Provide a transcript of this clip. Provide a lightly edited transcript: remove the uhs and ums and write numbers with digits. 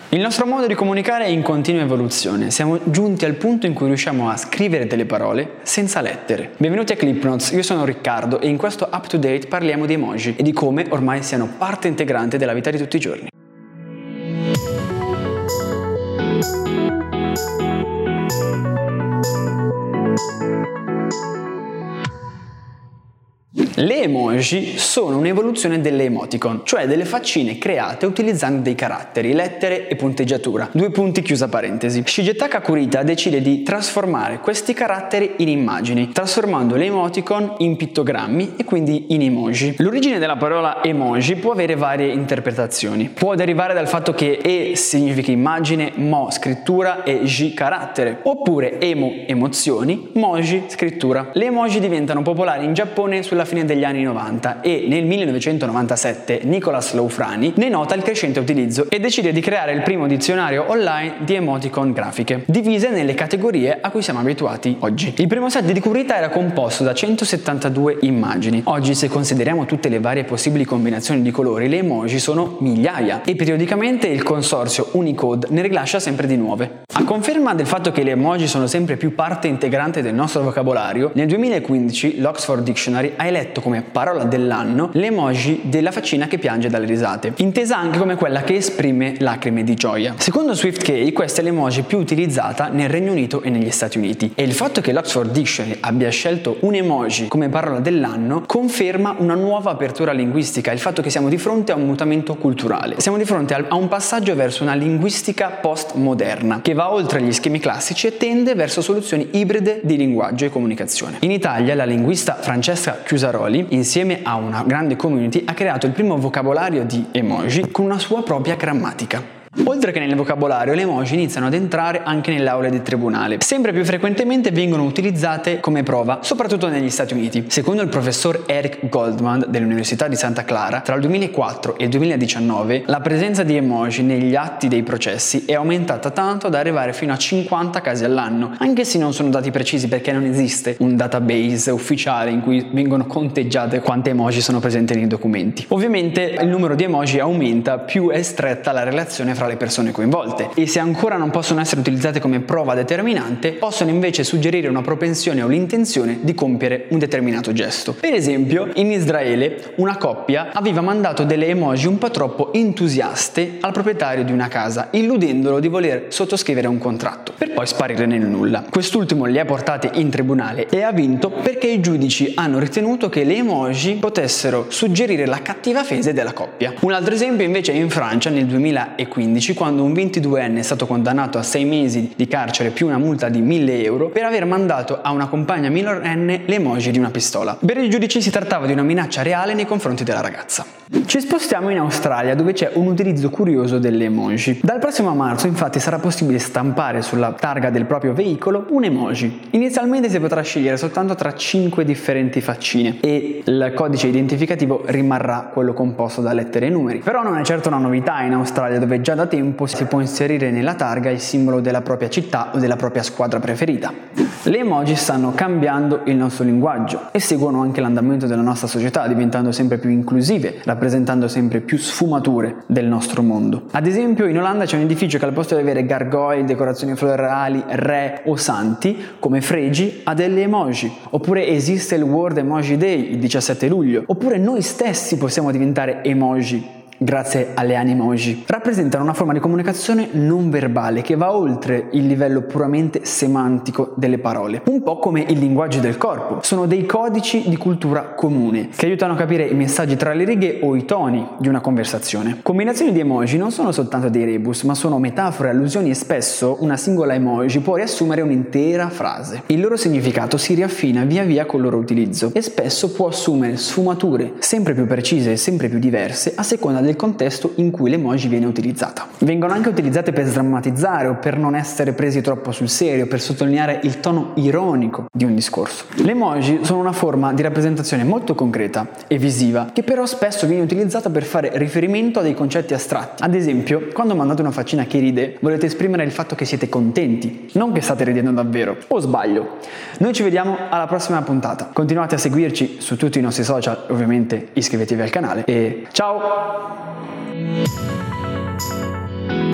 Il nostro modo di comunicare è in continua evoluzione. Siamo giunti al punto in cui riusciamo a scrivere delle parole senza lettere. Benvenuti a ClipNotes, io sono Riccardo e in questo Up to Date parliamo di emoji e di come ormai siano parte integrante della vita di tutti i giorni. Le emoji sono un'evoluzione delle emoticon, cioè delle faccine create utilizzando dei caratteri, lettere e punteggiatura. Due punti chiusa parentesi. Shigetaka Kurita decide di trasformare questi caratteri in immagini, trasformando le emoticon in pittogrammi e quindi in emoji. L'origine della parola emoji può avere varie interpretazioni. Può derivare dal fatto che E significa immagine, mo scrittura e J carattere, oppure emo emozioni, moji scrittura. Le emoji diventano popolari in Giappone sulla fine degli anni 90 e nel 1997 Nicolas Laufrani ne nota il crescente utilizzo e decide di creare il primo dizionario online di emoticon grafiche, divise nelle categorie a cui siamo abituati oggi. Il primo set di Kurita era composto da 172 immagini. Oggi, se consideriamo tutte le varie possibili combinazioni di colori, le emoji sono migliaia e periodicamente il consorzio Unicode ne rilascia sempre di nuove. A conferma del fatto che le emoji sono sempre più parte integrante del nostro vocabolario, nel 2015 l'Oxford Dictionary ha eletto come parola dell'anno l'emoji della faccina che piange dalle risate, intesa anche come quella che esprime lacrime di gioia. Secondo SwiftKey, questa è l'emoji più utilizzata nel Regno Unito e negli Stati Uniti, e il fatto che l'Oxford Dictionary abbia scelto un emoji come parola dell'anno conferma una nuova apertura linguistica, il fatto che siamo di fronte a un mutamento culturale, siamo di fronte a un passaggio verso una linguistica postmoderna che va oltre gli schemi classici e tende verso soluzioni ibride di linguaggio e comunicazione. In Italia la linguista Francesca Chiusaroli, insieme a una grande community, ha creato il primo vocabolario di emoji con una sua propria grammatica. Oltre che nel vocabolario, le emoji iniziano ad entrare anche nelle aule del tribunale. Sempre più frequentemente vengono utilizzate come prova, soprattutto negli Stati Uniti. Secondo il professor Eric Goldman dell'Università di Santa Clara, tra il 2004 e il 2019 la presenza di emoji negli atti dei processi è aumentata tanto da arrivare fino a 50 casi all'anno, anche se non sono dati precisi perché non esiste un database ufficiale in cui vengono conteggiate quante emoji sono presenti nei documenti. Ovviamente il numero di emoji aumenta più è stretta la relazione fra le persone coinvolte e se ancora non possono essere utilizzate come prova determinante, possono invece suggerire una propensione o l'intenzione di compiere un determinato gesto. Per esempio, in Israele una coppia aveva mandato delle emoji un po' troppo entusiaste al proprietario di una casa, illudendolo di voler sottoscrivere un contratto, per poi sparire nel nulla. Quest'ultimo li ha portati in tribunale e ha vinto perché i giudici hanno ritenuto che le emoji potessero suggerire la cattiva fede della coppia. Un altro esempio invece è in Francia nel 2015, quando un 22enne è stato condannato a 6 mesi di carcere più una multa di 1.000 euro per aver mandato a una compagna minorenne le emoji di una pistola. Per i giudici si trattava di una minaccia reale nei confronti della ragazza. Ci spostiamo in Australia, dove c'è un utilizzo curioso delle emoji. Dal prossimo marzo infatti sarà possibile stampare sulla targa del proprio veicolo un emoji. Inizialmente si potrà scegliere soltanto tra 5 differenti faccine e il codice identificativo rimarrà quello composto da lettere e numeri. Però non è certo una novità in Australia, dove già da tempo si può inserire nella targa il simbolo della propria città o della propria squadra preferita. Le emoji stanno cambiando il nostro linguaggio e seguono anche l'andamento della nostra società, diventando sempre più inclusive, rappresentando sempre più sfumature del nostro mondo. Ad esempio in Olanda c'è un edificio che al posto di avere gargoyle, decorazioni florali, re o santi come fregi ha delle emoji. Oppure esiste il World Emoji Day il 17 luglio. Oppure noi stessi possiamo diventare emoji grazie alle animoji. Rappresentano una forma di comunicazione non verbale che va oltre il livello puramente semantico delle parole, un po' come il linguaggio del corpo. Sono dei codici di cultura comune che aiutano a capire i messaggi tra le righe o i toni di una conversazione. Combinazioni di emoji non sono soltanto dei rebus, ma sono metafore, allusioni e spesso una singola emoji può riassumere un'intera frase. Il loro significato si riaffina via via col loro utilizzo e spesso può assumere sfumature sempre più precise e sempre più diverse a seconda del contesto in cui l'emoji viene utilizzata. Vengono anche utilizzate per sdrammatizzare o per non essere presi troppo sul serio, per sottolineare il tono ironico di un discorso. Le emoji sono una forma di rappresentazione molto concreta e visiva, che però spesso viene utilizzata per fare riferimento a dei concetti astratti. Ad esempio, quando mandate una faccina che ride, volete esprimere il fatto che siete contenti, non che state ridendo davvero. O sbaglio? Noi ci vediamo alla prossima puntata. Continuate a seguirci su tutti i nostri social, ovviamente iscrivetevi al canale e ciao!